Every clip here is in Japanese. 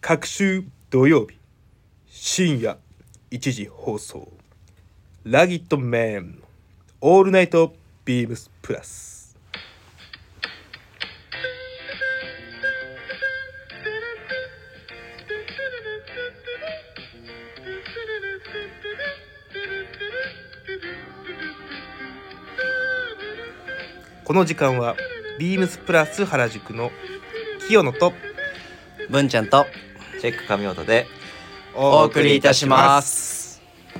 各週土曜日深夜1時放送ラギットメンオールナイトビームスプラス。この時間はビームスプラス原宿の清野と文ちゃんとチェック神本でお送りいたします。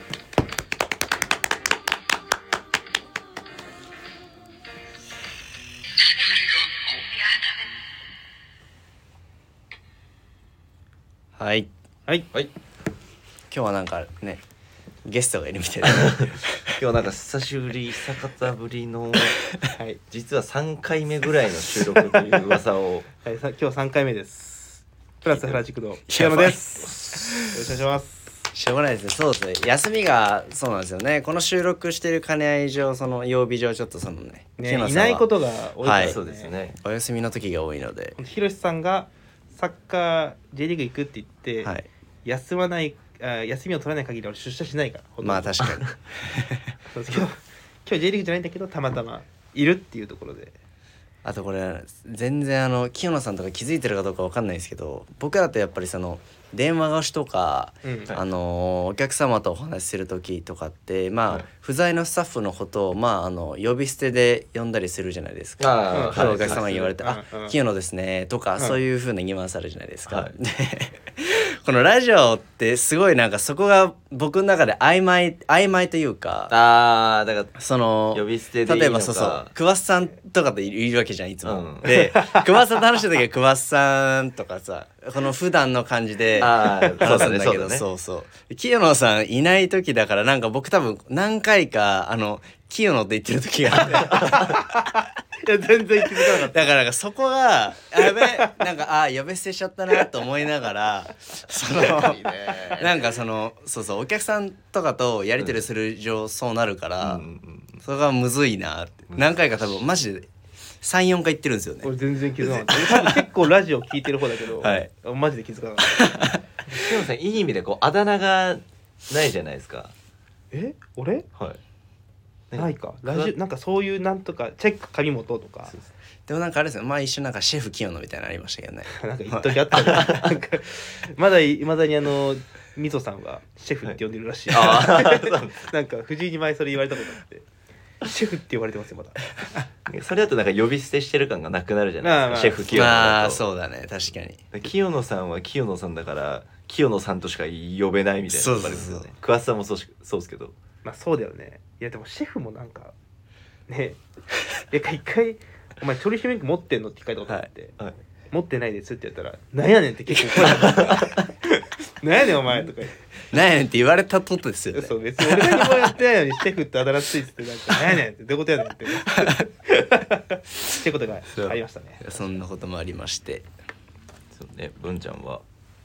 はい、 はい、 はい、 今日はなんかねゲストがいるみたいな今日なんか久しぶり久方ぶりのはい、 実は3回目ぐらいの収録という噂をはい、今日3回目です。プラス原宿の清野です。よろしくお願いします。 しょうがないですね。そうですね。休みがそうなんですよね。この収録してる兼ね合い上、その曜日上ちょっとそのね、 いないことが多いからね。 はい、 そうですね。 お休みの時が多いので、 ひろしさんがサッカー J リーグ行くって言って、 はい、 休みを取らない限り俺出社しないから。 まあ確かに。 今日 J リーグじゃないんだけどたまたまいるっていうところで。 あとこれ全然清野さんとか気づいてるかどうかわかんないですけど、僕らとやっぱりその電話越しとか、お客様とお話しする時とかって不在のスタッフのことを呼び捨てで呼んだりするじゃないですか。お客様に言われて「清野ですね」とか、そういう風な言い回されるじゃないですか。でこのラジオってすごいなんかそこが僕の中で曖昧というか、 だからその呼び捨てでいいのか、 例えばそう桑田さんとかっているわけじゃんいつも、で桑田さんと話した時は桑田さんとかさ、この普段の感じで話すんだけど、そう清野さんいない時だから、なんか僕多分何回か清野って言ってる時があっていや全然気づかなかった。 だからなんかそこがやべなんか呼び捨てしちゃったなと思いながらなんかそうお客さんとかとやり取りする上そうなるから、それがむずいなって、何回か多分マジで 3,4 回言ってるんですよね。 俺全然気づかなかった。多分結構ラジオ聞いてる方だけど、はい、マジで気づかなかった。 清野さんいい意味でこうあだ名がないじゃないですか。 俺？はい。ないかラジオなんかそういうなんとかチェック神本とか。 でもなんかあれですよ、一緒なんかシェフ清野みたいなのありましたけどね。 なんか一時あったよなんかまだにみぞさんはシェフって呼んでるらしい。なんか藤井に前それ言われたことあって、シェフって言われてますよまだ。 それだとなんか呼び捨てしてる感がなくなるじゃないですか、シェフ清野だと。 そうだね、確かに。 清野さんは清野さんだから清野さんとしか呼べないみたいなのがあるんですよね。桑田さんもそうですけど。 そうだよね。いやでもシェフもなんかね一回お前調理師免許持ってんのって聞かれたことあって、持ってないですって言ったらなんやねんって結構声がなんやねんお前とか言って、 なんやねんって言われたとですよね。 そう別に俺何もやってないのにシェフってあだ名ついててなんかなんやねんってどういうことやねんってってことがありましたね。 そんなこともありまして、 そうね、文ちゃんは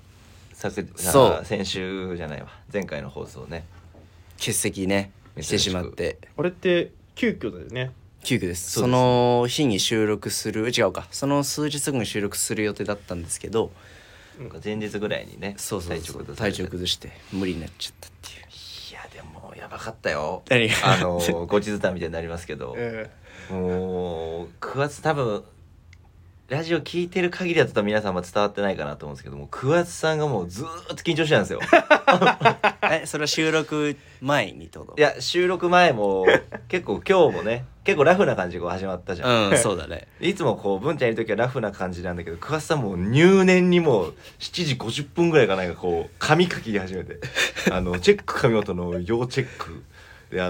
先週じゃないわ前回の放送ね欠席ねしてしまって。 あれって急遽だよね。 急遽です。その日に収録するその数日後に収録する予定だったんですけど、 前日ぐらいにね体調崩して無理になっちゃったっていう。 いやでもやばかったよ。 何が後日談みたいになりますけど、もう桑田多分ラジオ聞いてる限りだと皆さんも伝わってないかなと思うんですけども、桑田さんがもうずーっと緊張してたんですよ。 それは収録前にってこと？ いや収録前も結構今日もね結構ラフな感じで始まったじゃん。 そうだね。 いつもこう文ちゃんいる時はラフな感じなんだけど、桑田さんも入念にもう7時50分ぐらいかなんかこう紙書き始めてチェック神本の要チェックで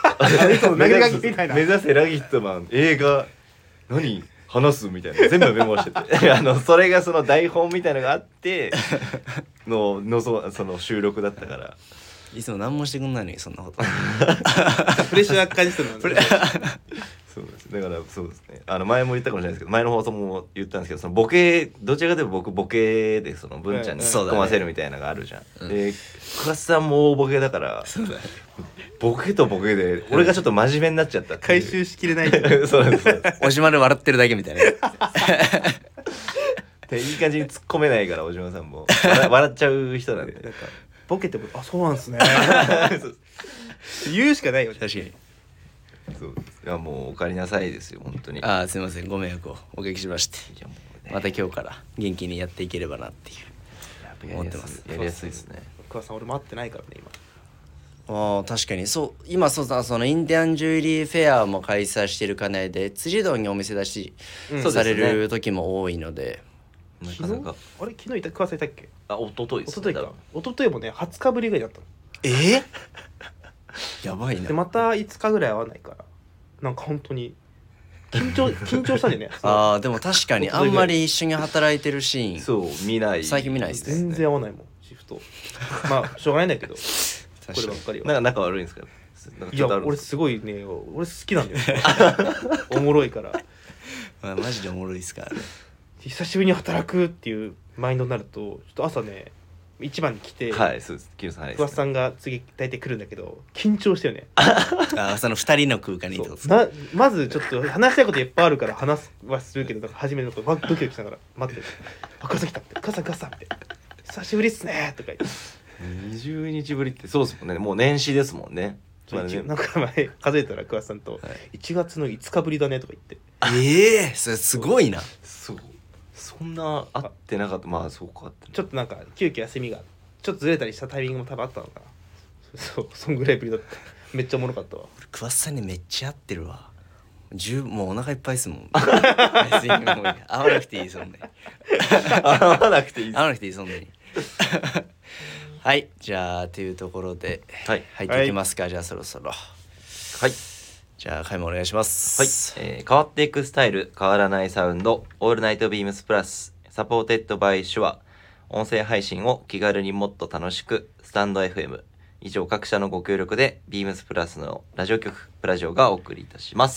目指せラギットマン映画何話すみたいな全部メモしててそれがその台本みたいなのがあってその収録だったから、 いつも何もしてくんないのにそんなことプレッシャー感じてるのね。 そうです。だからそうですね、前も言ったかもしれないですけど、前の放送も言ったんですけど、そのボケどちらかというと僕ボケでその文ちゃんに突っ込ませるみたいなのがあるじゃん。で桑田さんも大ボケだから、ボケとボケで俺がちょっと真面目になっちゃった回収しきれない。 そうですおしまで笑ってるだけみたいな。 いい感じに突っ込めないから小島さんも笑っちゃう人なんでなんかボケてもあそうなんすね言うしかないよね。 確かに。 そうですいやもうお帰りなさいですよ本当に。 ああすいません、ご迷惑をおかけしまして、 いやもうねまた今日から元気にやっていければなっていう思ってます。 やりやすいですね。 桑さん俺も会ってないからね今。 ああ確かにそう今そうだ、そのインディアンジュエリーフェアも開催しているかねで辻堂にお店出しされる時も多いので、 なかなかあれ昨日いた桑さんいたっけ？ 一昨日です一昨日か。一昨日もね20日ぶりぐらいだったの。 やばいな。 でまた5日ぐらい会わないからなんか本当に緊張したんだよね。 ああでも確かにあんまり一緒に働いてるシーンそう見ない最近見ないですね。 全然合わないもんシフト。まあしょうがないんだけどこればっかりは。 なんか仲悪いんですか？なんかいやちょっとあるんです俺すごいね俺好きなんだよおもろいからまあマジでおもろいですからね。 久しぶりに働くっていうマインドになるとちょっと朝ね一番に来てはいそうですキムさんはい桑田さんが次大体来るんだけど緊張したよね。 あその2人の空間にってことですか。 まずちょっと話したいこといっぱいあるから話はするけどなんか初めのことドキドキしながら待ってあ桑田さん来たって桑田さんって久しぶりっすねとか言って 20日ぶりってそうですもんねもう年始ですもんね。 なんか前数えたら桑田さんと1月の5日ぶりだねとか言ってそれすごいな。 そうそんな会ってなかったまあそうかちょっとなんか急遽休みがちょっとずれたりしたタイミングも多分あったのかな。そうそんぐらいぶりだった。めっちゃおもろかったわ。 桑田さんにめっちゃ合ってるわ。もうお腹いっぱいですもん。別にもう会わなくていいですもんね。 会わなくていい会わなくていいそんなに。はいじゃあというところではい入っていきますか、じゃあそろそろはいじゃあ開門お願いします。 はい、変わっていくスタイル変わらないサウンドオールナイトビームスプラスサポーテッドバイシュア音声配信を気軽にもっと楽しくスタンド FM 以上各社のご協力でビームスプラスのラジオ局プラジオがお送りいたします。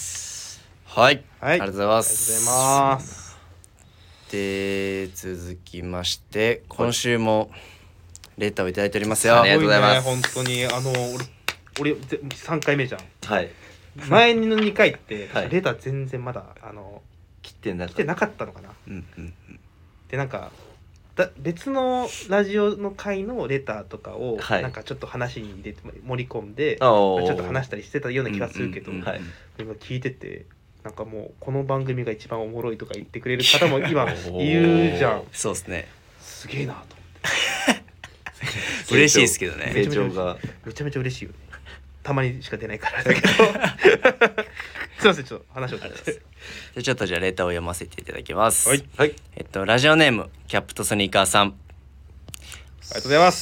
はい、 はい、 ありがとうございます。 ありがとうございます。 で続きまして今週もレターをいただいておりますよ。 ありがとうございます。 本当に俺3回目じゃん。 はい前の2回ってはいレター全然まだ来て来てなかったのかな。 うんうんでなんか別のラジオの回のレターとかをはいなんかちょっと話に入れて盛り込んで、ちおーょっと話したりしてたような気がするけど、 はい今聞いててなんかもうこの番組が一番おもろいとか言ってくれる方も今いるじゃん。 そうですね。 すげえなと嬉しいですけどね。 成長がめちゃめちゃ嬉しいよね。たまにしか出ないからだけどすいませんちょっと話を変えてじゃあちょっとじゃあレターを読ませていただきます。 はいはいラジオネームキャップとスニーカーさん。 ありがとうございます。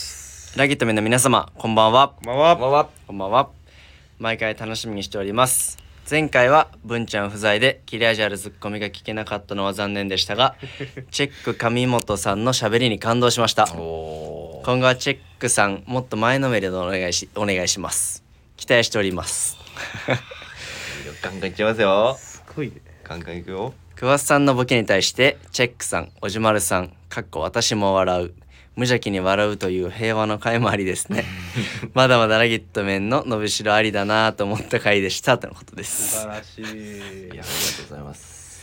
ラギットメンの皆様こんばんは。 こんばんは。 こんばんは。 こんばんは。毎回楽しみにしております。前回は文ちゃん不在で切れ味あるツッコミが聞けなかったのは残念でしたがチェック上本さんの喋りに感動しました。 お今後はチェックさんもっと前のめりでお願いします。期待しております。 ガンガンいっちゃいますよ。 すごいね。 ガンガンいくよ。 桑田さんのボケに対してチェックさん、おじまるさん、私も笑う、無邪気に笑うという平和の回もありですね。まだまだラギットメンの伸びしろありだなと思った回でしたとのことで素す。 晴らしい。 いやありがとうございます。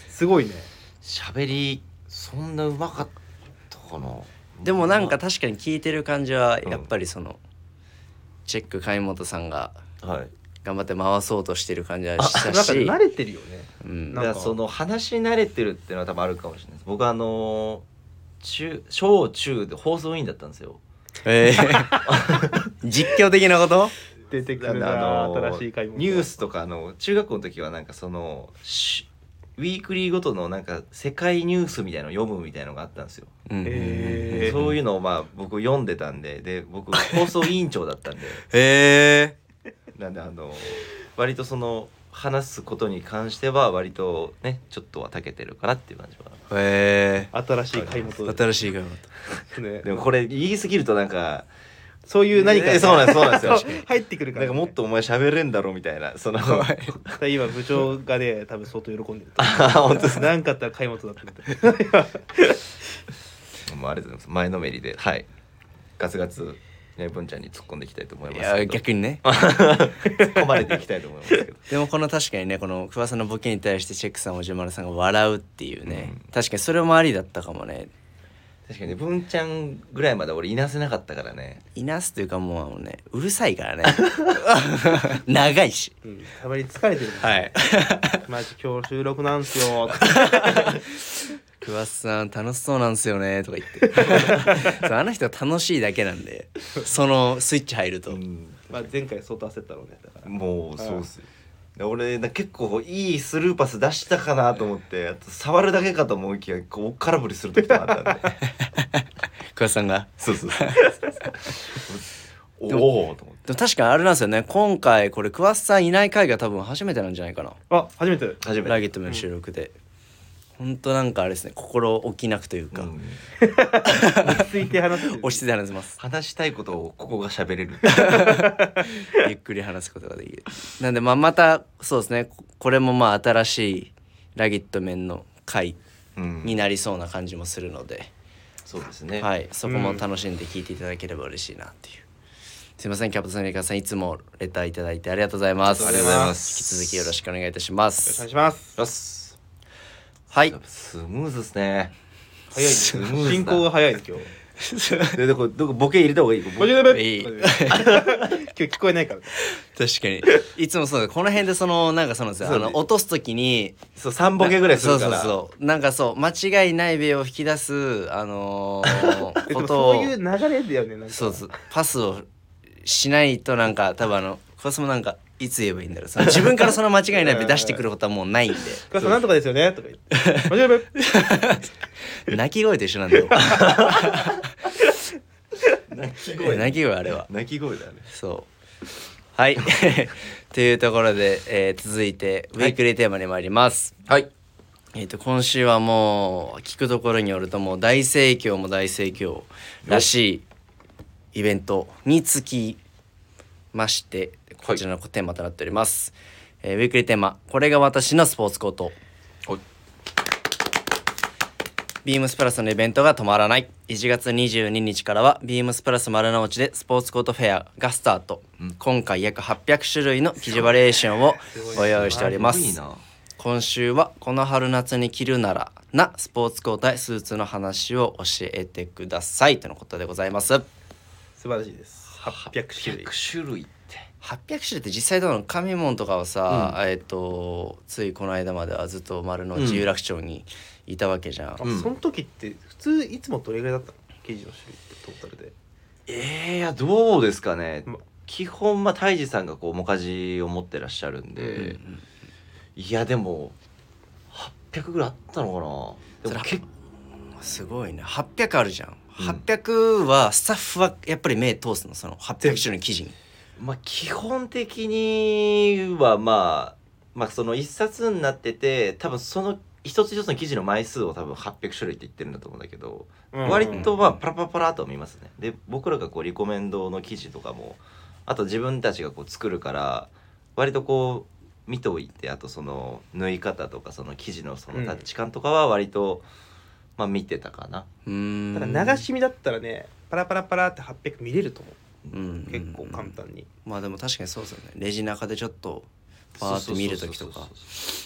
すごいね。 喋りそんなうまかったかな。 でもなんか確かに聞いてる感じはやっぱりその、チェック上本さんがはい頑張って回そうとしてる感じはしたなんかし、 慣れてるよね。 うんだからその話し慣れてるっていうのは多分あるかもしれないです。僕小中で放送委員だったんですよ。 実況的なこと？ 出てくるな、新しい回も。 ニュースとか中学校の時はなんかウィークリーごとのなんか世界ニュースみたいなのを読むみたいなのがあったんですよ。そういうのをまあ僕読んでたんで僕放送委員長だったんでなんで割とその話すことに関しては割とねちょっとは長けてるかなっていう感じは。 新しい回元。 新しい回元。 ね。 でもこれ言い過ぎるとなんかそういう何かそうなんですよ。 入ってくるからね。 なんかもっとお前喋れんだろみたいな今部長がね多分相当喜んでる。 本当ですなんかあったら買い物だって言って。 もうありがとうございます。前のめりではいガツガツね、文ちゃんに突っ込んでいきたいと思いますいけど。 や逆にね突っ込まれていきたいと思いますけど。 でもこの確かにねこの桑さんのボケに対してチェックさんおじまるさんが笑うっていうね、確かにそれもありだったかもね。 確かに文ちゃんぐらいまで俺いなせなかったからね。 いなすというかもうねうるさいからね長いし、 たまに疲れてるもんね。 はいマジ今日収録なんすよ。 桑さん楽しそうなんすよねとか言ってそうあの人は楽しいだけなんでそのスイッチ入ると、 まあ前回相当焦ったろうね。だからもうそうっすよ。俺結構いいスルーパス出したかなと思ってあと触るだけかと思いきやこう空振りする時もあったんで桑さんがそうおおと思って。 でも確かにあれなんですよね今回これ桑さんいない回が多分初めてなんじゃないかなあ、初めて。 ラゲットの収録で、ほんとなんかあれですね心置きなくというか、 落ち着いて話す。 落ち着いて話せます話したいことをここが喋れるゆっくり話すことができるなんでまたそうですねこれもまあ新しいラゲット面の回になりそうな感じもするので、 そうですね。 はい、そこも楽しんで聞いていただければ嬉しいなっていう、すいませんキャプテンさんリカさんいつもレターいただいてありがとうございます。 ありがとうございます。 引き続きよろしくお願いいたしまおす。 願いします。 よし。 はいスムーズですね。 早いですスムーズだ進行が早いです今日。 でどこボケ入れた方がいい。 これでいい今日聞こえないから。 確かにいつもそうだこの辺でそのなんかそのですよそうね落とすときにそう3ボケぐらいするから。 そうなんかそう間違いないべを引き出すでもことをそういう流れだよね。なんかそうパスをしないとなんか多分コスもなんかいつ言えばいいんだろうその自分からその間違いないべ出してくることはもうないんで母さんなんとかですよねとか言って間違いない泣き声と一緒なんだよ泣き声。 泣き声あれは泣き声だね。 そうはいというところで、続いてウィークリーテーマに参ります。 はい。 今週はもう聞くところによるともう大盛況も大盛況らしいイベントにつきましてこちらのテーマとなっております、ウィークリーテーマこれが私のスポーツコート。 はい。 ビームスプラスのイベントが止まらない。1月22日からはビームスプラス丸の内でスポーツコートフェアがスタート、今回約800種類の生地バリエーションをご用意しております。 いいな。 今週はこの春夏に着るならなスポーツコートやスーツの話を教えてくださいとのことでございます。 素晴らしいです。800種類。 100種類って 800種類って実際どうなの？上門とかはさ、ついこの間まではずっと丸の内有楽町にいたわけじゃん、 その時って普通いつもどれぐらいだったの？生地の種類ってトータルで。 いやどうですかね、 ま基本泰治さんがこうモカジを持ってらっしゃるんで、いやでも800ぐらいあったのかな。でも結構すごいね。800あるじゃん、800はスタッフはやっぱり目通すのその800種類の生地に。 基本的にはまあその一冊になってて多分その一つ一つの記事の枚数を多分800種類って言ってるんだと思うんだけど、割とパラパラパラと見ますね。で僕らがこうリコメンドの記事とかもあと自分たちがこう作るから割とこう見ておいて、あとその縫い方とかその生地のそのタッチ感とかは割と見てたかな。 ただ流し見だったらねパラパラパラって800見れると思う、結構簡単に。 まあでも確かにそうですよね。レジ中でちょっとパーって見るときとか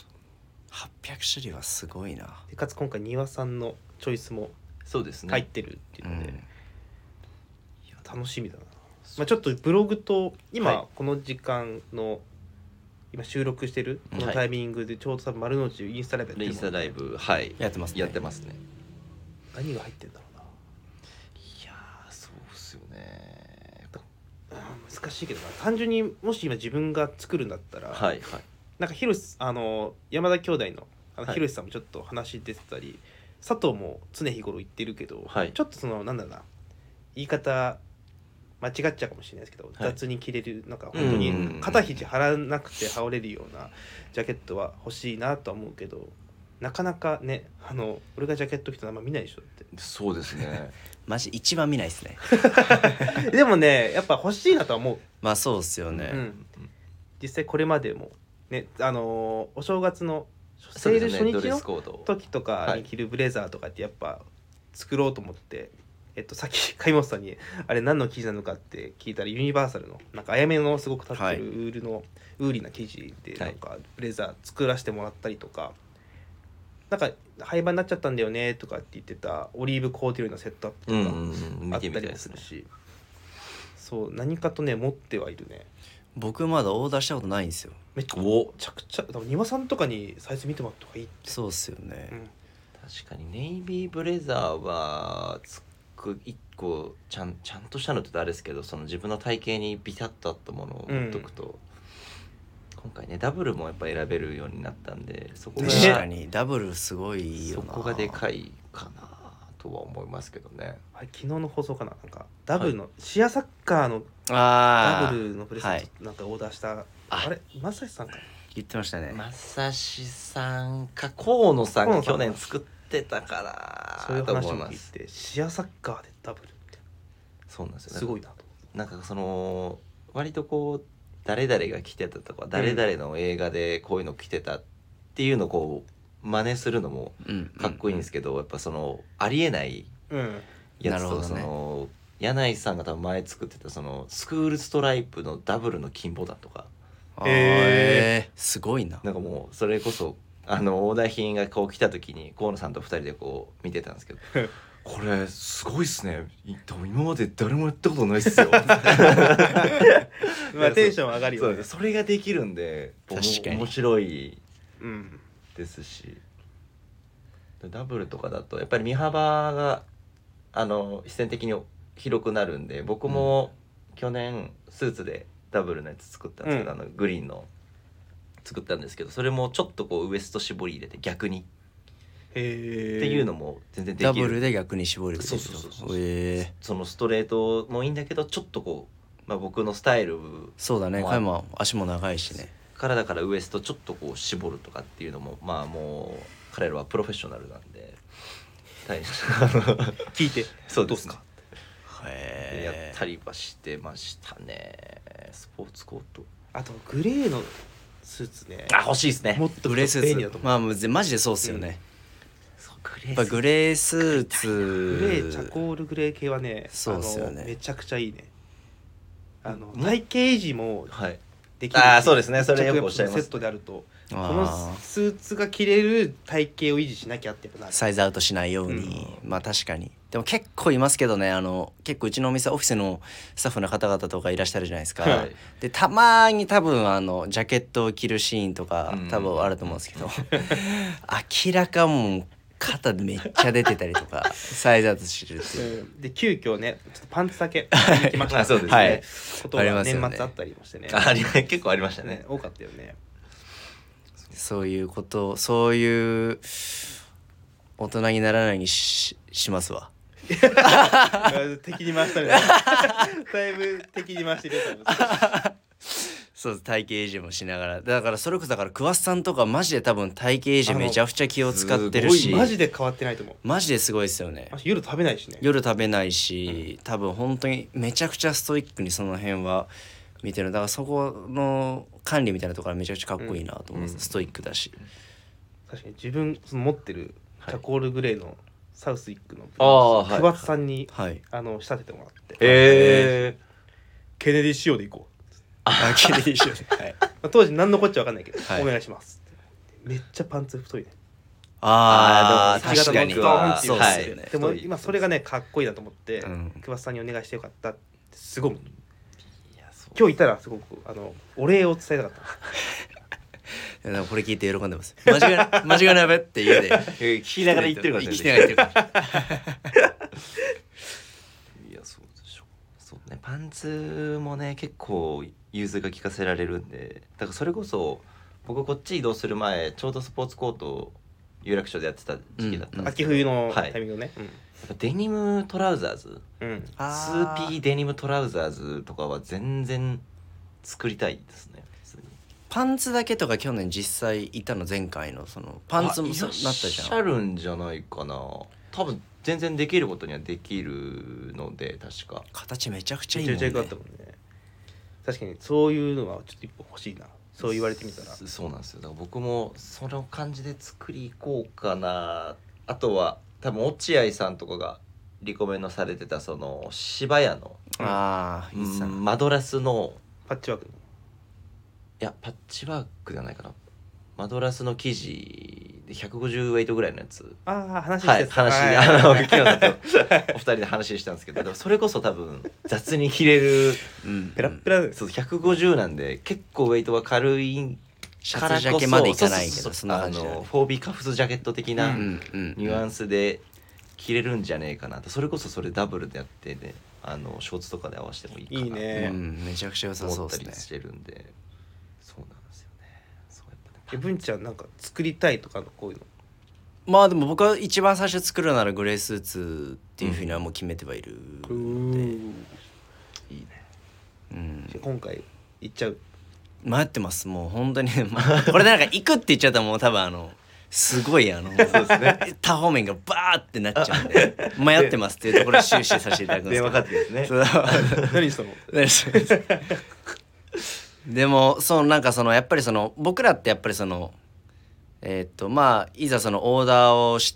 800種類はすごいな。 でかつ今回庭さんのチョイスもそうですね入ってるっていうので、いや楽しみだな。ちょっとブログと今この時間の今収録してるこのタイミングでちょうど多分丸の内インスタライブやってるもんね。 インスタライブやってますね。 やってますね。 何が入ってんだろうな。 いやそうっすよね。 難しいけどな。単純にもし今自分が作るんだったら、なんか山田兄弟のひろしさんもちょっと話出てたり、佐藤も常日頃言ってるけど、ちょっとそのなんだろうな、言い方間違っちゃうかもしれないですけど、雑に着れるなんか本当に肩肘張らなくて羽織れるようなジャケットは欲しいなとは思うけど、なかなかね俺がジャケット着たのあんま見ないでしょって。 そうですね。 マジ一番見ないですねでもねやっぱ欲しいなとは思う。 まあそうっすよね、 実際これまでもねお正月のセール初日の時とかに着るブレザーとかってやっぱ作ろうと思ってさっき貝本さんにあれ何の生地なのかって聞いたら、ユニバーサルのなんかあやめのすごく立ってるウールの、ウーリーな生地でなんかブレザー作らせてもらったりとか、なんか廃盤になっちゃったんだよねとかって言ってたオリーブコーティルのセットアップとかあったりもするし、そう何かとね持ってはいるね。 僕まだオーダーしたことないんですよ。 めちゃくちゃ多分庭さんとかにサイズ見てもらった方がいいって。 そうっすよね、 確かにネイビーブレザーは1個ちゃんとしたのってあれですけど、その自分の体型にビタッとあったものを持っとくと、今回ねダブルもやっぱ選べるようになったんで、そこが確かにダブルすごいよな。 そこがでかいかなとは思いますけどね。 昨日の放送かな、なんかダブルの、シアサッカーのダブルのプレゼントなんかオーダーした、あれまさしさんかな言ってましたね。 まさしさんか河野さんが去年作ってたからそういう話をと思います。 聞いて、シアサッカーでダブルってそうなんですよね。 すごいなと。 なんかその割とこう誰々が着てたとか、誰々の映画でこういうの着てたっていうのをこう真似するのもかっこいいんですけど、やっぱそのありえないやつと、その柳井さんが多分前作ってたそのスクールストライプのダブルの金ボタンとか、 すごいな。 なんかもうそれこそオーダー品がこう来た時に河野さんと2人でこう見てたんですけどこれすごいっすね、多分今まで誰もやったことないっすよまあテンション上がるよね。 それができるんで確かに面白いですし、ダブルとかだとやっぱり身幅が必然的に広くなるんで、僕も去年スーツでダブルのやつ作ったんですけど、グリーンの作ったんですけど、それもちょっとこうウエスト絞り入れて逆にっていうのも全然できる。 ダブルで逆に絞り入れてる。 そのストレートもいいんだけど、ちょっとこう、僕のスタイルそうだね、彼も足も長いしね、 からだからウエストちょっとこう絞るとかっていうのももう彼らはプロフェッショナルなんで聞いてそうですかやったりはしてましたね。スポーツコート、 あとグレーのスーツね、 欲しいですね。 もっとグレースーツ、 便利だと思う。 マジでそうっすよね、やっぱググレースーツ、 グレーチャコールグレー系はね、 そうっすよね、 めちゃくちゃいいね。体型維持もできる、 そうですね、それよくおっしゃいます。 セットであるとこのスーツが着れる体型を維持しなきゃってやっぱなる。 サイズアウトしないように、確かに。でも結構いますけどね、結構うちのお店オフィスのスタッフの方々とかいらっしゃるじゃないですか、でたまに多分ジャケットを着るシーンとか多分あると思うんですけど明らかもう肩めっちゃ出てたりとかサイズアウトしてるっていう、 で急遽ねちょっとパンツだけ着ましたそうですね、 ことが年末あったりもしてね、 結構ありましたね、 多かったよね。 そういうことそういう大人にならないようにしますわ敵に回したねだいぶ敵に回してるそう体型維持もしながら、だからそれこそ桑田さんとかマジで多分体型維持めちゃくちゃ気を使ってるし、 マジで変わってないと思う。 マジですごいですよね。 夜食べないしね。 夜食べないし、多分本当にめちゃくちゃストイックにその辺は見てる。だからそこの管理みたいなところはめちゃくちゃかっこいいなと思います、ストイックだし。 確かに自分持ってるチャコールグレーのサウスイックの桑田さんに仕立ててもらって、ケネディ仕様でいこう。 ケネディ仕様で、 当時何のこっちゃ分かんないけど、お願いします。めっちゃパンツ太いね。 確かにそうですよね。でも今それがねかっこいいなと思って桑田さんにお願いしてよかったってすごい。今日いたらすごくお礼を伝えたかった。 これ聞いて喜んでます。間違いないべって家で聞きながら言ってるからね。 聞きながら言ってるから。 いやそうでしょ。そうね、パンツもね結構融通が利かせられるんで、だからそれこそ僕こっち移動する前ちょうどスポーツコート有楽町でやってた時期だったんですけど、 秋冬のタイミングね。 デニムトラウザーズ、スーピーデニムトラウザーズとかは全然作りたいですね。 パンツだけとか去年実際いたの、前回のそのパンツもなったじゃん。いらっしゃるんじゃないかな。多分全然できることにはできるので、確か形めちゃくちゃいいもんね。 めちゃくちゃ良かったもんね。確かにそういうのはちょっと一歩欲しいな。そう言われてみたら。 そうなんですよ。だから僕もその感じで作りいこうかな。あとは多分落合さんとかがリコメントされてたその芝屋のマドラスのパッチワーク、 いやパッチワークじゃないかな、マドラスの生地で150ウェイトぐらいのやつ、 話してた、 昨日だとお二人で話したんですけど、でもそれこそ多分雑に着れる、 ペラペラで、 そう150なんで結構ウェイトが軽いからこそシャツジャケまでいかないけど、そんな感じだね。 4B カフスジャケット的なニュアンスで着れるんじゃねえかなと、それこそそれダブルでやってね、ショーツとかで合わせてもいいかな、 いいね、 めちゃくちゃ良さそうですね。 思ったりしてるんで、そうなんですよね。そうやっぱね、 文ちゃんなんか作りたいとかのこういうの、 まあでも僕は一番最初作るならグレースーツっていうふうにはもう決めてはいるんで、 いいね、 今回行っちゃう、 迷ってますもう本当にこれでなんか行くって言っちゃったらもう多分すごいそうですね、 多方面がバーってなっちゃうんで迷ってますっていうところで終始させていただくんですけど、 電話かけてですね、 何したのでもなんかやっぱり僕らってやっぱりまあいざそのオーダーをして、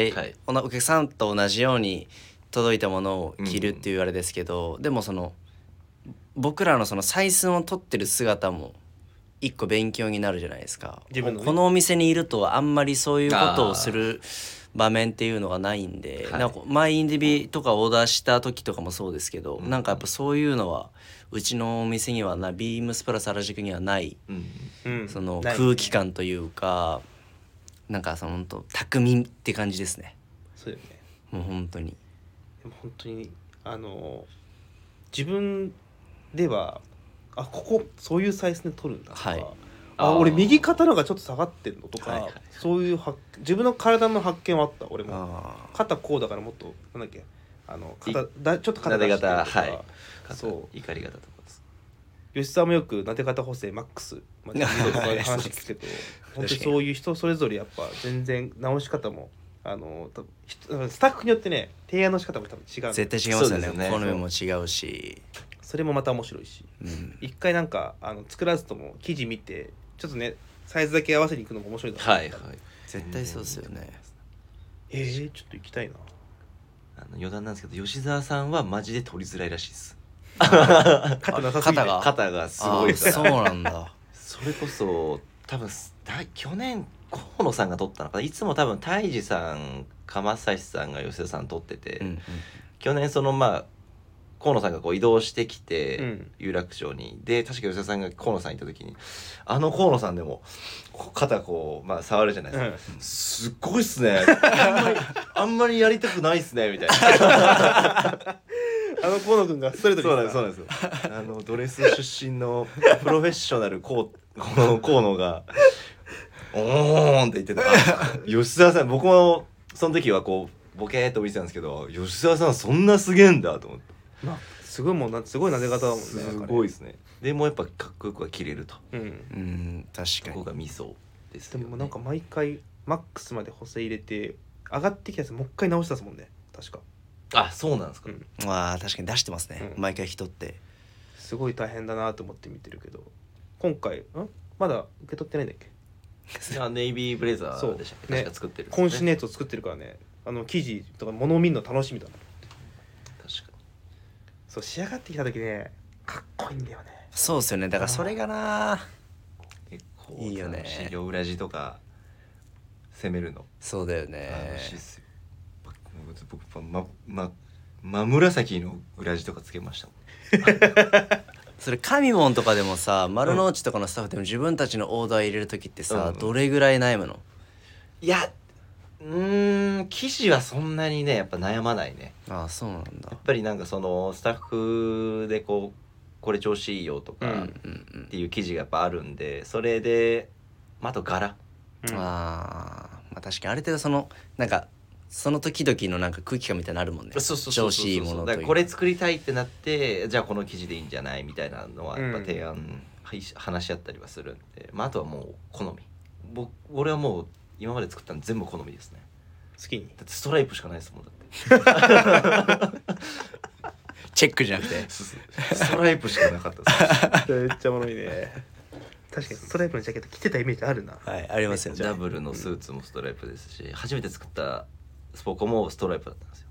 はい、お客さんと同じように届いたものを着るっていうあれですけど、でも僕らの採寸を取ってる姿も一個勉強になるじゃないですか。自分のね、このお店にいるとあんまりそういうことをする場面っていうのがないんで、なんかマイインディビとかオーダーした時とかもそうですけど、なんかやっぱそういうのはうちのお店にはビームスプラス原宿にはない、その空気感というか、なんか本当匠って感じですね。 そうよね。 もう本当に。 でも本当に自分ではここそういうサイズで取るんだとか、俺右肩のがちょっと下がってんのとか、そういう自分の体の発見はあった。俺も肩こうだからもっとなんだっけちょっと肩出してるとか、 そう怒り肩とかです。 吉沢もよくなで肩補正マックスまで話聞くけど本当にそういう人それぞれやっぱ全然直し方もスタッフによってね提案の仕方も多分違う。 絶対違いますよね。好みも違うし、 それもまた面白いし、一回なんか作らずとも記事見てちょっとねサイズだけ合わせに行くのも面白いだろう。 はいはい、絶対そうですよね。 ちょっと行きたいな。 余談なんですけど吉沢さんはマジで取りづらいらしいです。 肩なさすぎて肩がすごいから。 そうなんだ。 それこそ多分去年河野さんが撮ったのかな。いつも多分泰治さん鎌指さんが吉田さん撮ってて、去年河野さんがこう移動してきて、有楽町にで確か吉田さんが河野さん行った時に河野さんでも肩こう触るじゃないですか、すっごいっすねあんまりやりたくないっすねみたいな河野くんがストレートにそうなんですよドレス出身のプロフェッショナル河野がおーんって言ってた吉沢さん、僕もその時はこうボケーっと見てたんですけど、吉沢さんそんなすげえんだと思って、 すごいもんすごい撫で方だもんね。 すごいですね。でもやっぱかっこよくは着れると。 確かに。 ここがミソですよね。 でもなんか毎回マックスまで補正入れて上がってきたやつもう一回直したですもんね。確か。 そうなんですか。 確かに出してますね。毎回人って。 すごい大変だなと思って見てるけど、今回まだ受け取ってないんだっけ？ ネイビーブレザーでしたっけ？確か作ってる。 渾身のやつを作ってるからね。生地とか物を見るの楽しみだな。 確かに。 そう仕上がってきた時ねかっこいいんだよね。 そうですよね。だからそれがな結構いいよね。 両裏地とか攻めるのそうだよね。 楽しいっすよ。僕真紫の裏地とかつけましたもんそれ神門とかでもさ、丸の内とかのスタッフでも自分たちのオーダー入れる時ってさ、どれぐらい悩むの？ いや生地はそんなにねやっぱ悩まないね。 そうなんだ。 やっぱりなんかスタッフでこれ調子いいよとかっていう記事がやっぱあるんで、それであと柄、 確かにある程度なんかその時々のなんか空気感みたいなのあるもんね。調子いいものというか、 これ作りたいってなってじゃあこの生地でいいんじゃないみたいなのはやっぱ提案、話し合ったりはするんで、あとはもう好み。俺はもう今まで作ったの全部好みですね。 好きに。 だってストライプしかないですもんだってチェックじゃなくてストライプしかなかったですめっちゃおもろいね。確かにストライプのジャケット着てたイメージあるな。 はい、ありますよね。 ダブルのスーツもストライプですし、初めて作ったスポコもストライプだったんですよ。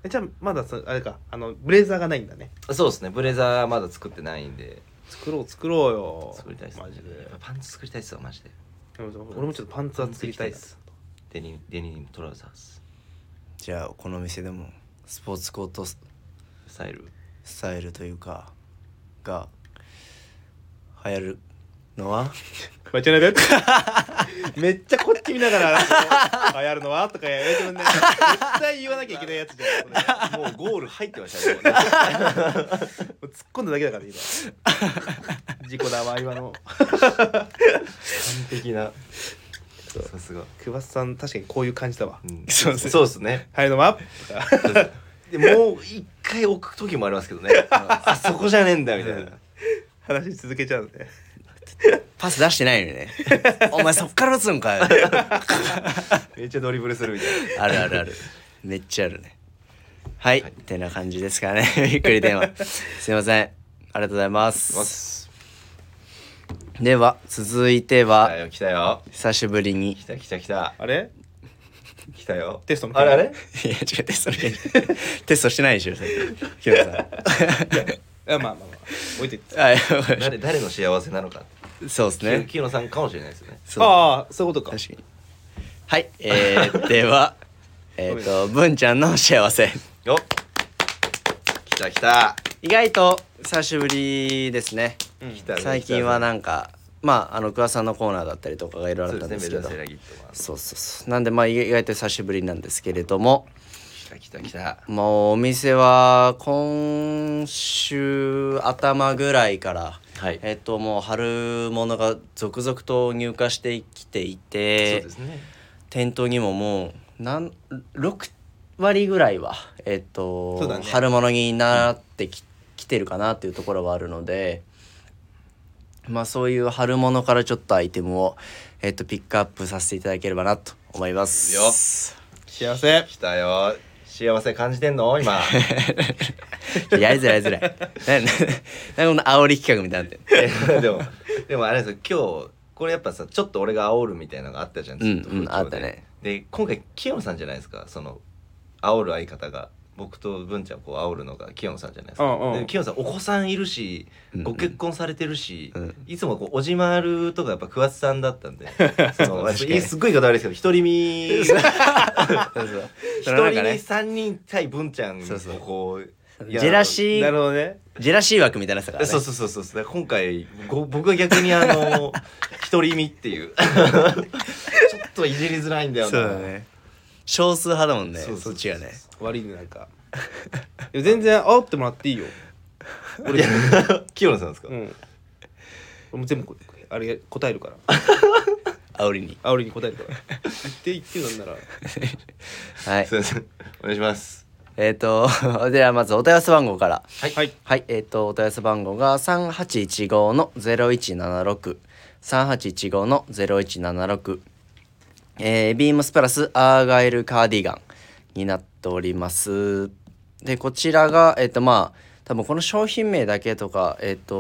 じゃあまだあれかブレザーがないんだね。 そうですね、ブレザーまだ作ってないんで。 作ろうよ。 作りたいっす、ね、 マジで。 パンツ作りたいっすよマジで。 俺もちょっとパンツは作りたいっす。 デニムトラウザーズ。 じゃあこの店でもスポーツコートスタイルというかが流行るのは間違えないでめっちゃこっち見ながら流行るのはとかやめてもね、絶対言わなきゃいけないやつじゃん。 もうゴール入ってましたねもう突っ込んだだけだから今事故だわ今の完璧な。さすが桑田さん確かにこういう感じだわ、 そうですね。 入るのはでもう一回置く時もありますけどねあそこじゃねえんだみたいな話続けちゃうね。 パス出してないのにねお前そっから打つんかよめっちゃドリブルするみたいな。 あるめっちゃあるね。はい、ってな感じですかねびっくり電話すいません、ありがとうございます。では続いては来たよ久しぶりに来たあれ来たよテストのあれいや違うテストしてないでしょヒロさんいやまあ置いてって誰の幸せなのか。 そうですね、 清野さんかもしれないですね。 ああそういうことか。 確かに。はいでは文ちゃんの幸せよっ来た意外と久しぶりですね。 来たね。 最近はなんか桑田さんのコーナーだったりとかがいろいろあったんですけど、そうなんで意外と久しぶりなんですけれども、 来たもうお店は今週頭ぐらいから、もう春物が続々と入荷してきていて、 そうですね、 店頭にももう6割ぐらいは、春物になってきてるかなっていうところはあるので、そういう春物からちょっとアイテムを、ピックアップさせていただければなと思います。 よ幸せ来たよ。幸せ感じてんの今やりづらいなんかこの煽り企画みたいになってでもあれですよ、今日これやっぱさ、ちょっと俺が煽るみたいなのがあったじゃん。 あったね。 で今回清野さんじゃないですか、その煽る相方が。僕と文ちゃんをこう煽るのが清野さんじゃないですか。で清野さんお子さんいるし、ご結婚されてるし、いつもこうおじまるとかやっぱ桑田さんだったんで、すっごい言い方悪いですけど、独り身一人身3人対文ちゃんをこうジェラシー枠みたいなさからね。 そう今回僕は逆に独り身っていうちょっといじりづらいんだよな。 そうだね、少数派だもんね。そっちがね悪いね。なんか全然煽ってもらっていいよ。 俺清野さんですか。 俺も全部あれ答えるから煽りに答えるから言ってなんならはい、 すいません、お願いします。 ではまずお問い合わせ番号から。 はい、 お問い合わせ番号が3815の0176 3815の0176、ビームスプラスアーガイルカーディガンになっております。でこちらが多分この商品名だけとか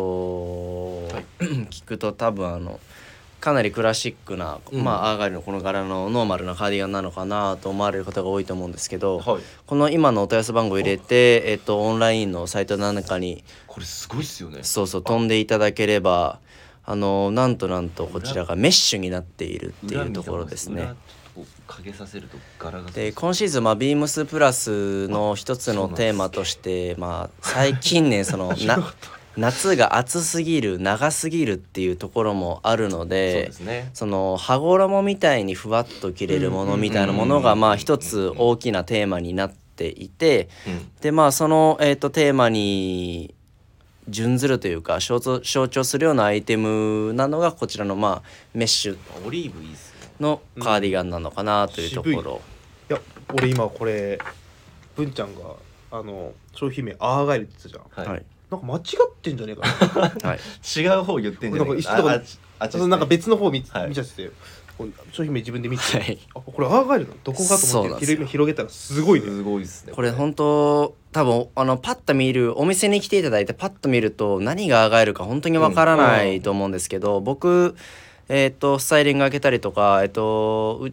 聞くと多分かなりクラシックな、アーガイルのこの柄のノーマルなカーディガンなのかなと思われる方が多いと思うんですけど、この今のお問い合わせ番号入れて、オンラインのサイトなんかにこれすごいっすよね。 そう飛んでいただければなんとこちらがメッシュになっているっていうところですね。 影させると柄がで今シーズンビームスプラスの一つのテーマとして最近年夏が暑すぎる長すぎるっていうところもあるので、その羽衣みたいにふわっと着れるものみたいなものが一つ大きなテーマになっていて、でそのテーマに準ずるというか象徴するようなアイテムなのがこちらのメッシュオリーブいいっすのカーディガンなのかなというところ。 いや俺今これ文ちゃんが商品名アーガイルって言ってたじゃん。なんか間違ってんじゃねえかな違う方言ってんじゃねえかな。 なんか別の方見ちゃってて、商品名自分で見て、これアーガイルのどこかと思って広げたらすごいね。 すごいっすね。 これ本当多分パッと見るお店に来ていただいてパッと見ると何がアーガイルか本当にわからないと思うんですけど、僕スタイリング開けたりとか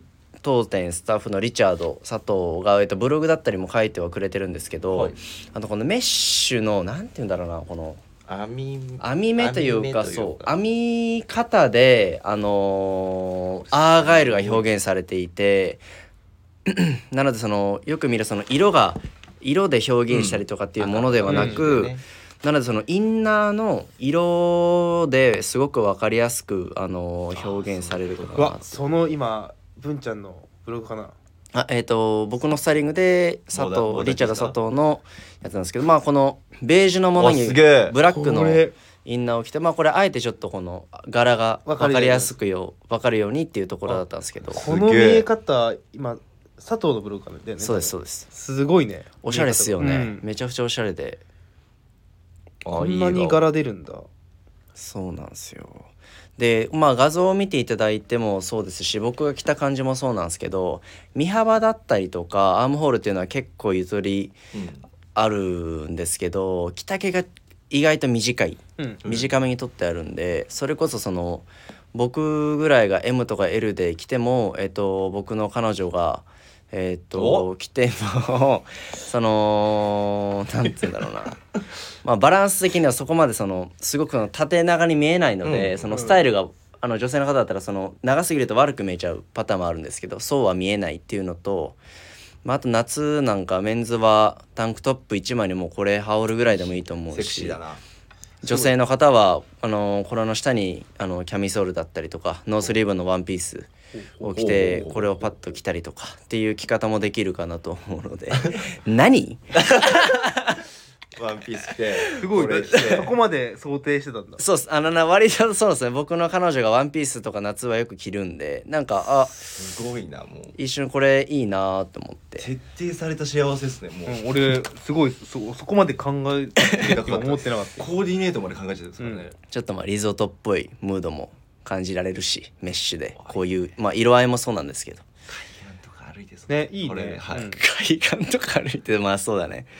当店スタッフのリチャード佐藤が、ブログだったりも書いてはくれてるんですけど、あとこのメッシュのなんていうんだろうな、この編み目というか、そう編み方でアーガイルが表現されていてなのでそのよく見るその色で表現したりとかっていうものではなく、なのでそのインナーの色ですごく分かりやすく表現されるかな。 その今文ちゃんのブログかな。 僕のスタイリングでリチャード佐藤のやつなんですけど、まあこのベージュのものにブラックのインナーを着て、まあこれあえてちょっとこの柄が分かりやすく分かるようにっていうところだったんですけど、 この見え方今佐藤のブログかね。 そうですそうです。 すごいね。 おしゃれっすよね、めちゃくちゃおしゃれで。 こんなに柄出るんだ。 そうなんですよ。でまあ画像を見ていただいてもそうですし、僕が着た感じもそうなんですけど、身幅だったりとかアームホールっていうのは結構ゆとりあるんですけど、着丈が意外と短めに取ってあるんで、それこそその僕ぐらいが M とか L で着ても、僕の彼女が着てもそのなんて言うんだろうなまあバランス的にはそこまでそのすごく縦長に見えないので、そのスタイルが女性の方だったらその長すぎると悪く見えちゃうパターンもあるんですけど、そうは見えないっていうのと、あと夏なんかメンズはタンクトップ1枚にもこれ羽織るぐらいでもいいと思うし、 セクシーだな。 女性の方はこれの下にキャミソールだったりとかノースリーブのワンピースを着てこれをパッと着たりとかっていう着方もできるかなと思うので何ワンピース着てすごいね。そこまで想定してたんだ。 そうっす。割とそうですね。僕の彼女がワンピースとか夏はよく着るんで、なんかすごいな。もう一瞬これいいなと思って。 徹底された幸せですね。もう、 俺すごいそこまで考えてると思ってなかった。 コーディネートまで考えちゃったんですからね、 ちょっとリゾートっぽいムードも感じられるし、メッシュでこういう色合いもそうなんですけど。 海岸とか歩いてそうね、いいね。 海岸とか歩いてそうだね。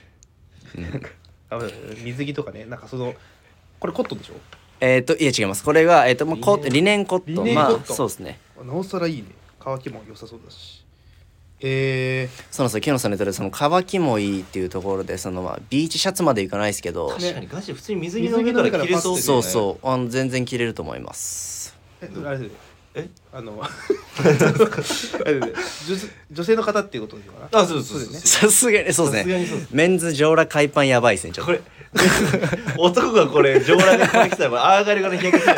水着とかね、なんかこれコットンでしょ。 いや違います。これがもうリネンコットン。まあそうですね。 なおさらいいね。乾きも良さそうだし。 そうなんですよ。木野さんの言ってるその乾きもいいっていうところで、ビーチシャツまでいかないですけど、 確かにガチ普通に水着の上から着れそうですね。 そう全然着れると思います。 女性の方っていうことでかな。 そうですね。 さすがにそうですね。メンズ上裸海パンやばいですね。ちょっとこれ男がこれ上裸でこれ着たらアーガイルが日焼けする。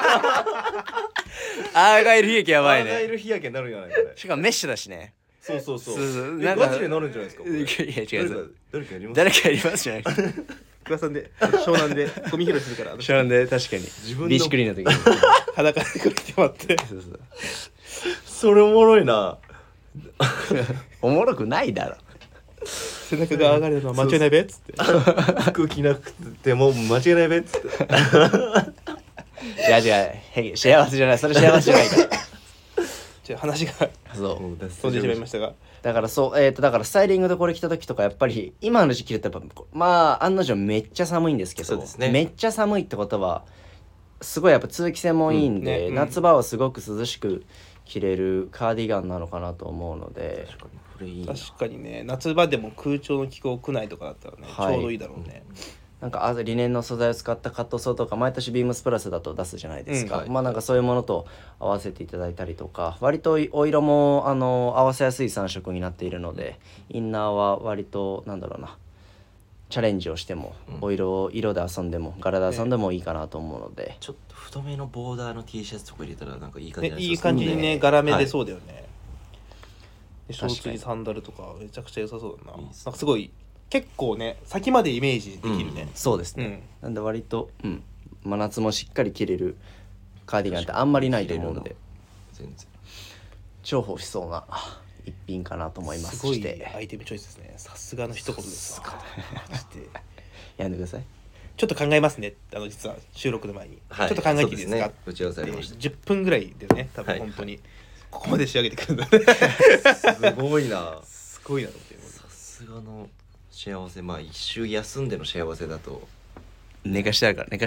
アーガイル日焼けやばいね。 アーガイル日焼けになるんじゃないこれ。 しかもメッシュだしね。 そうガチでなるんじゃないですか。 いや違う。 誰かやりますじゃない。 桑さんで湘南でゴミ拾いするから。 湘南で確かに自分のビーチクリーンの時に裸で来てもらって。 それおもろいな。 おもろくないだろ。 背中が上がるのは間違いないべっつって。 服着なくても間違いないべっつって。 いや違う、幸せじゃない。それ幸せじゃないから。 話が飛んでしまいましたが、 だからだからスタイリングでこれ着た時とかやっぱり今の時期だとやっぱ案の定めっちゃ寒いんですけど、めっちゃ寒いってことはすごいやっぱ通気性もいいんで、夏場はすごく涼しく着れるカーディガンなのかなと思うので、 確かにね、夏場でも空調の気候屋内とかだったらね、ちょうどいいだろうね。 なんかリネンの素材を使ったカットソーとか毎年ビームスプラスだと出すじゃないですか、なんかそういうものと合わせていただいたりとか、割とお色も合わせやすい3色になっているので、インナーは割とチャレンジをしても、色で遊んでも柄で遊んでもいいかなと思うので、 ちょっと太めのボーダーの T シャツとか入れたらなんかいい感じいい感じにね、柄目でそうだよね。ショーツにサンダルとかめちゃくちゃ良さそうだな。なんかすごい結構ね、先までイメージできるね。 そうですね。なんで割と真夏もしっかり着れるカーディガンってあんまりないと思うので、 全然重宝しそうな一品かなと思います。 すごいアイテムチョイスですね。さすがの一言ですわ。 やんでください。 ちょっと考えますね。実は収録の前にちょっと考えていいですか。 打ち合わせありました。 10分ぐらいでね、多分本当にここまで仕上げてくるんだね。 すごいな。 すごいなと思って。 さすがの幸せ、一周休んでの幸せだと寝かしてあるから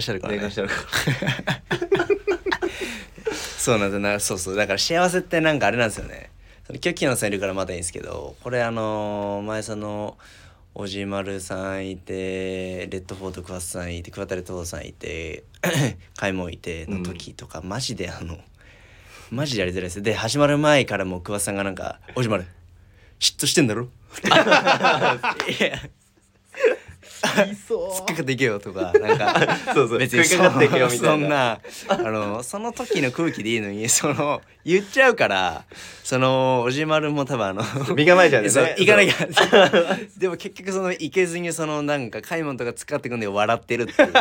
そうなんだな。そうだから幸せってなんかあれなんですよね。 今日木野さんいるからまだいいんですけど、これ前そのおじまるさんいて、レッドフォード桑田さんいて、桑田レッドフォードさんいて開門いての時とか、マジでマジでやりづらいです。で始まる前からもう桑田さんがなんか「おじまる嫉妬してんだろ?」いやいそう突っかかっていけよとか、なんかそう別に食いかかっていけよみたいなそんなその時の空気でいいのに言っちゃうから、おじまるも多分身構えちゃうんですそうね。 行かなきゃでも結局行けずになんか開門とか使ってくんで笑ってるっていう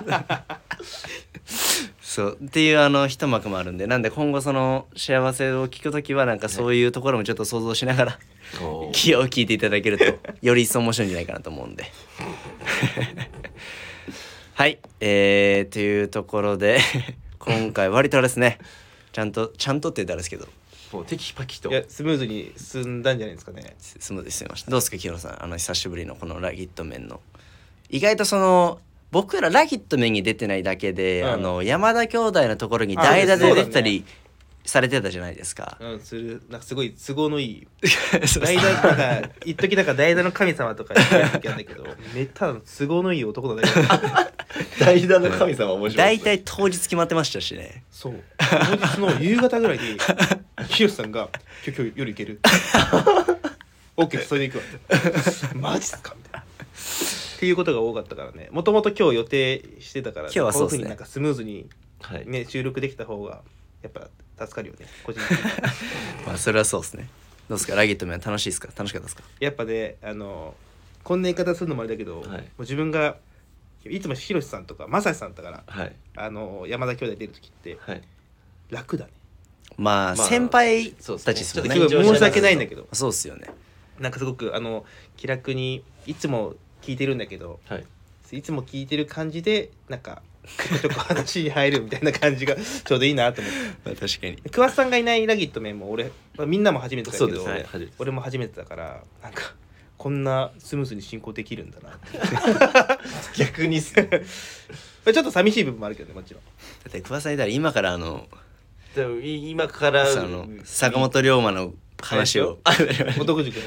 そうっていう一幕もあるんで、なんで今後幸せを聞くときはなんかそういうところもちょっと想像しながら気を聞いていただけるとより一層面白いんじゃないかなと思うんではいというところで今回割とあれですね、ちゃんとって言ったらあれですけど、 もうテキパキと。 いやスムーズに進んだんじゃないですかね。 スムーズに進みました。どうですか清野さん、久しぶりのこのラギット面の意外と僕らラギット面に出てないだけで、山田兄弟のところに代打で出てたりされてたじゃないですか。 なんかすごい都合のいい代打なんか一時なんか代打の神様とか言ってる時あるんだけど、めったな都合のいい男だね。 代打の神様面白い。 大体当日決まってましたしね。 そう。当日の夕方ぐらいにヒロシさんが今日夜行ける。オッケーそれで行くわ。マジっすかみたいな。っていうことが多かったからね。もともと今日予定してたから、 今日はそうですね。 こういう風になんかスムーズにね、収録できた方がやっぱ助かるよね。個人的に。 まあそれはそうですね。どうですかラギット面楽しいですか？楽しかったですか？ やっぱねこんな言い方するのもあれだけど、もう自分がいつもヒロシさんとかマサシさんだから、山田兄弟出る時って、楽だね。 まあ先輩たちですよね。 申し訳ないんだけど。 そうっすよね。 なんかすごく気楽にいつも聞いてるんだけど、いつも聞いてる感じでなんかちょこちょこ話に入るみたいな感じがちょうどいいなと思って。 確かに。 桑田さんがいないラギット面も俺、みんなも初めてだけど、俺も初めてだからなんかこんなスムーズに進行できるんだなって逆にちょっと寂しい部分もあるけどね、もちろん。 だって桑田さんいたら今から今から坂本龍馬の話を男塾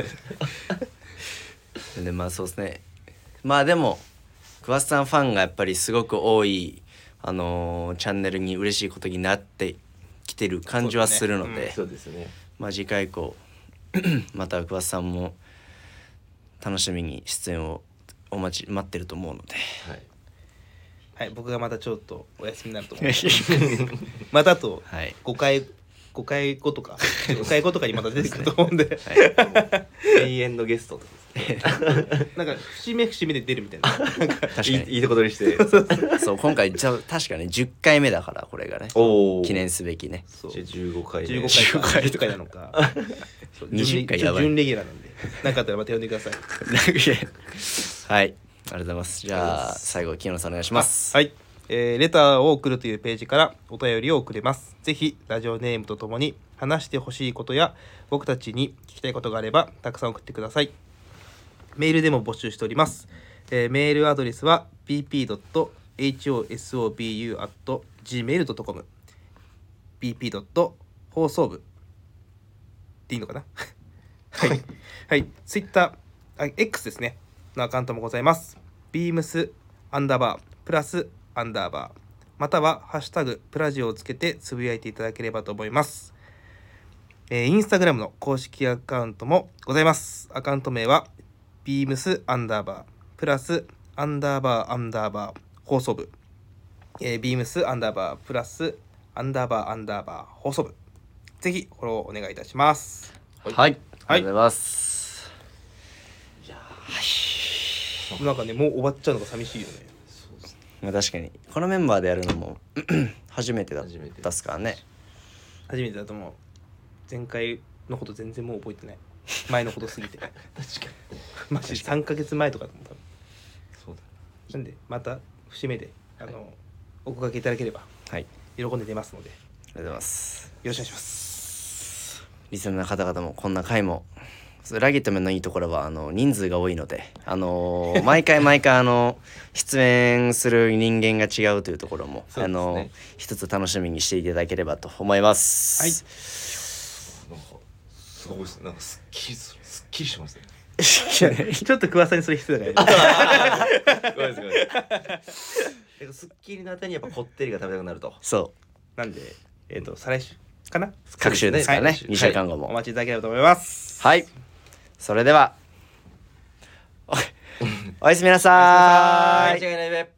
でまあそうですね。まあでも桑田さんファンがやっぱりすごく多いチャンネルに嬉しいことになってきてる感じはするので、 そうですね。 まあ次回以降また桑田さんも楽しみに出演を待ってると思うので、 はい、僕がまたちょっとお休みになると思うまたあと5回後とかにまた出てくると思うんで永遠のゲストとかなんか節目節目で出るみたいな確かにいいとこ取りしてそう今回確かに10回目だからこれがね記念すべきね。 じゃあ15回で 15回10回なのか 20回やばい準レギュラーなんで何かあったらまた呼んでくださいはい、ありがとうございます。じゃあ最後清野さんお願いします。 はい、レターを送るというページからお便りを送れます。ぜひラジオネームとともに話してほしいことや僕たちに聞きたいことがあればたくさん送ってください。メールでも募集しております。メールアドレスは bp.hosobu@gmail.com bp. 放送部でいいのかなはい、はい、Twitter X ですねのアカウントもございます。 beams_+またはハッシュタグプラジオをつけてつぶやいていただければと思います。インスタグラムの公式アカウントもございます。アカウント名はbeams_+放送部beams_+_ 放送部ぜひフォローお願いいたします。 はい、ありがとうございます。 なんかねもう終わっちゃうのが寂しいよね。 そうですね。まあ確かにこのメンバーでやるのも初めてだったっすからね。 初めてだと思う。前回のこと全然もう覚えてない。前のことすぎて確かにマジ3ヶ月前とかだもん多分。そうだ。なんでまた節目でお声掛けいただければ喜んで出ますので、 ありがとうございます。 よろしくお願いします。 リスナーの方々もこんな回もラギット面のいいところは人数が多いので毎回出演する人間が違うというところも、一つ楽しみにしていただければと思います。 なんかすごいですね。なんかすっきりしますね。 ちょっと桑さんにそれ必要だからごめんなさいごめんなさい。だからすっきりの後にやっぱこってりが食べたくなると。 そうなんで再来週かな、 各週ですからね、2週間後も、 お待ちいただければと思います。 はい、それではおやすみなさーい。 間違いないべ。